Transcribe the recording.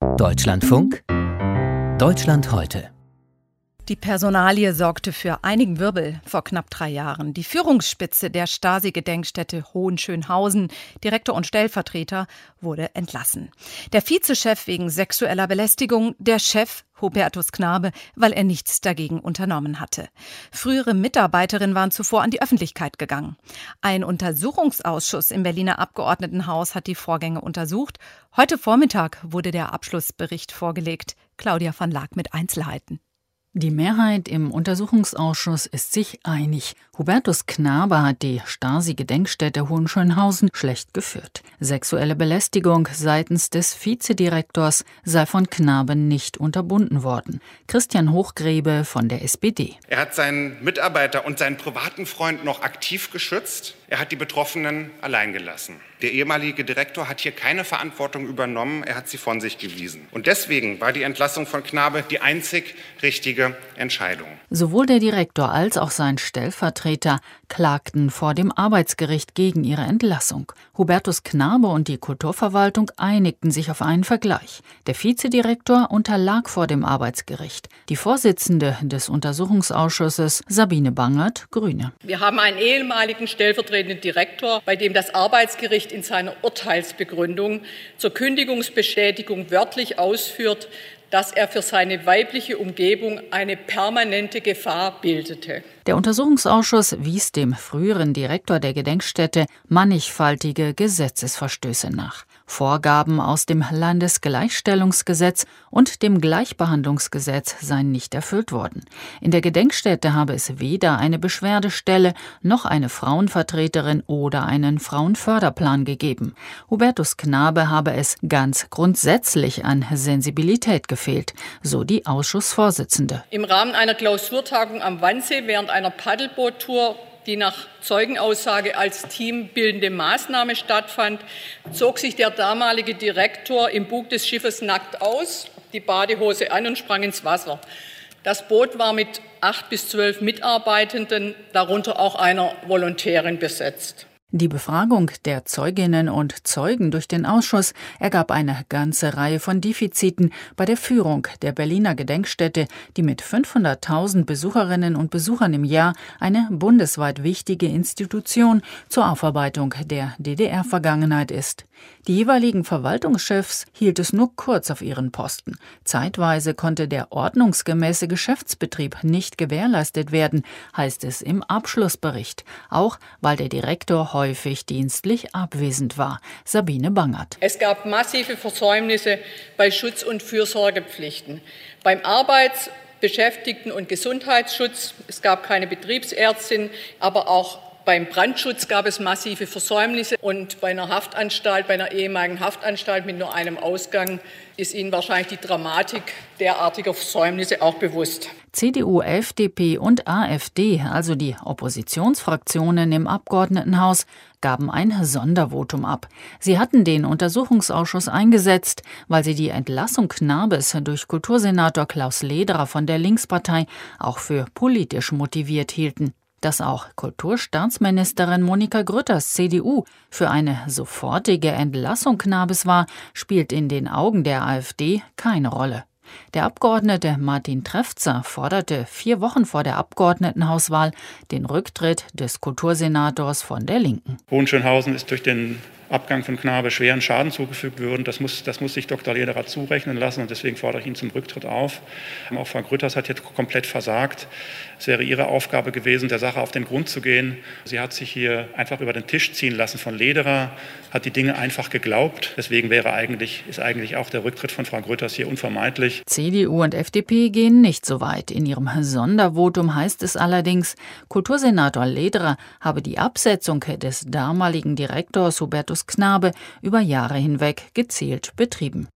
Deutschlandfunk Deutschland heute. Die Personalie sorgte für einigen Wirbel vor knapp 3 Jahren. Die Führungsspitze der Stasi-Gedenkstätte Hohenschönhausen, Direktor und Stellvertreter, wurde entlassen. Der Vizechef wegen sexueller Belästigung, der Chef Hubertus Knabe, weil er nichts dagegen unternommen hatte. Frühere Mitarbeiterinnen waren zuvor an die Öffentlichkeit gegangen. Ein Untersuchungsausschuss im Berliner Abgeordnetenhaus hat die Vorgänge untersucht. Heute Vormittag wurde der Abschlussbericht vorgelegt. Claudia van Laak mit Einzelheiten. Die Mehrheit im Untersuchungsausschuss ist sich einig. Hubertus Knabe hat die Stasi-Gedenkstätte Hohenschönhausen schlecht geführt. Sexuelle Belästigung seitens des Vizedirektors sei von Knabe nicht unterbunden worden. Christian Hochgrebe von der SPD. Er hat seinen Mitarbeiter und seinen privaten Freund noch aktiv geschützt. Er hat die Betroffenen allein gelassen. Der ehemalige Direktor hat hier keine Verantwortung übernommen, er hat sie von sich gewiesen. Und deswegen war die Entlassung von Knabe die einzig richtige Entscheidung. Sowohl der Direktor als auch sein Stellvertreter klagten vor dem Arbeitsgericht gegen ihre Entlassung. Hubertus Knabe und die Kulturverwaltung einigten sich auf einen Vergleich. Der Vizedirektor unterlag vor dem Arbeitsgericht. Die Vorsitzende des Untersuchungsausschusses, Sabine Bangert, Grüne. Wir haben einen ehemaligen stellvertretenden Direktor, bei dem das Arbeitsgericht in seiner Urteilsbegründung zur Kündigungsbestätigung wörtlich ausführt, dass er für seine weibliche Umgebung eine permanente Gefahr bildete. Der Untersuchungsausschuss wies dem früheren Direktor der Gedenkstätte mannigfaltige Gesetzesverstöße nach. Vorgaben aus dem Landesgleichstellungsgesetz und dem Gleichbehandlungsgesetz seien nicht erfüllt worden. In der Gedenkstätte habe es weder eine Beschwerdestelle noch eine Frauenvertreterin oder einen Frauenförderplan gegeben. Hubertus Knabe habe es ganz grundsätzlich an Sensibilität gefehlt, so die Ausschussvorsitzende. Im Rahmen einer Klausurtagung am Wannsee während einer Paddelboottour, die nach Zeugenaussage als teambildende Maßnahme stattfand, zog sich der damalige Direktor im Bug des Schiffes nackt aus, die Badehose an und sprang ins Wasser. Das Boot war mit 8 bis 12 Mitarbeitenden, darunter auch einer Volontärin, besetzt. Die Befragung der Zeuginnen und Zeugen durch den Ausschuss ergab eine ganze Reihe von Defiziten bei der Führung der Berliner Gedenkstätte, die mit 500.000 Besucherinnen und Besuchern im Jahr eine bundesweit wichtige Institution zur Aufarbeitung der DDR-Vergangenheit ist. Die jeweiligen Verwaltungschefs hielt es nur kurz auf ihren Posten. Zeitweise konnte der ordnungsgemäße Geschäftsbetrieb nicht gewährleistet werden, heißt es im Abschlussbericht, auch weil der Direktor häufig dienstlich abwesend war. Sabine Bangert. Es gab massive Versäumnisse bei Schutz- und Fürsorgepflichten. Beim Arbeits-, Beschäftigten- und Gesundheitsschutz, es gab keine Betriebsärztin, aber auch beim Brandschutz gab es massive Versäumnisse und bei einer Haftanstalt, bei einer ehemaligen Haftanstalt mit nur einem Ausgang, ist Ihnen wahrscheinlich die Dramatik derartiger Versäumnisse auch bewusst. CDU, FDP und AfD, also die Oppositionsfraktionen im Abgeordnetenhaus, gaben ein Sondervotum ab. Sie hatten den Untersuchungsausschuss eingesetzt, weil sie die Entlassung Knabes durch Kultursenator Klaus Lederer von der Linkspartei auch für politisch motiviert hielten. Dass auch Kulturstaatsministerin Monika Grütters CDU für eine sofortige Entlassung Knabes war, spielt in den Augen der AfD keine Rolle. Der Abgeordnete Martin Trefzer forderte 4 Wochen vor der Abgeordnetenhauswahl den Rücktritt des Kultursenators von der Linken. Hohenschönhausen ist durch den Abgang von Knabe schweren Schaden zugefügt worden. Das muss sich Dr. Lederer zurechnen lassen und deswegen fordere ich ihn zum Rücktritt auf. Auch Frau Grütters hat jetzt komplett versagt. Es wäre ihre Aufgabe gewesen, der Sache auf den Grund zu gehen. Sie hat sich hier einfach über den Tisch ziehen lassen von Lederer, hat die Dinge einfach geglaubt. Deswegen ist eigentlich auch der Rücktritt von Frau Grütters hier unvermeidlich. CDU und FDP gehen nicht so weit. In ihrem Sondervotum heißt es allerdings, Kultursenator Lederer habe die Absetzung des damaligen Direktors Hubertus Knabe über Jahre hinweg gezielt betrieben.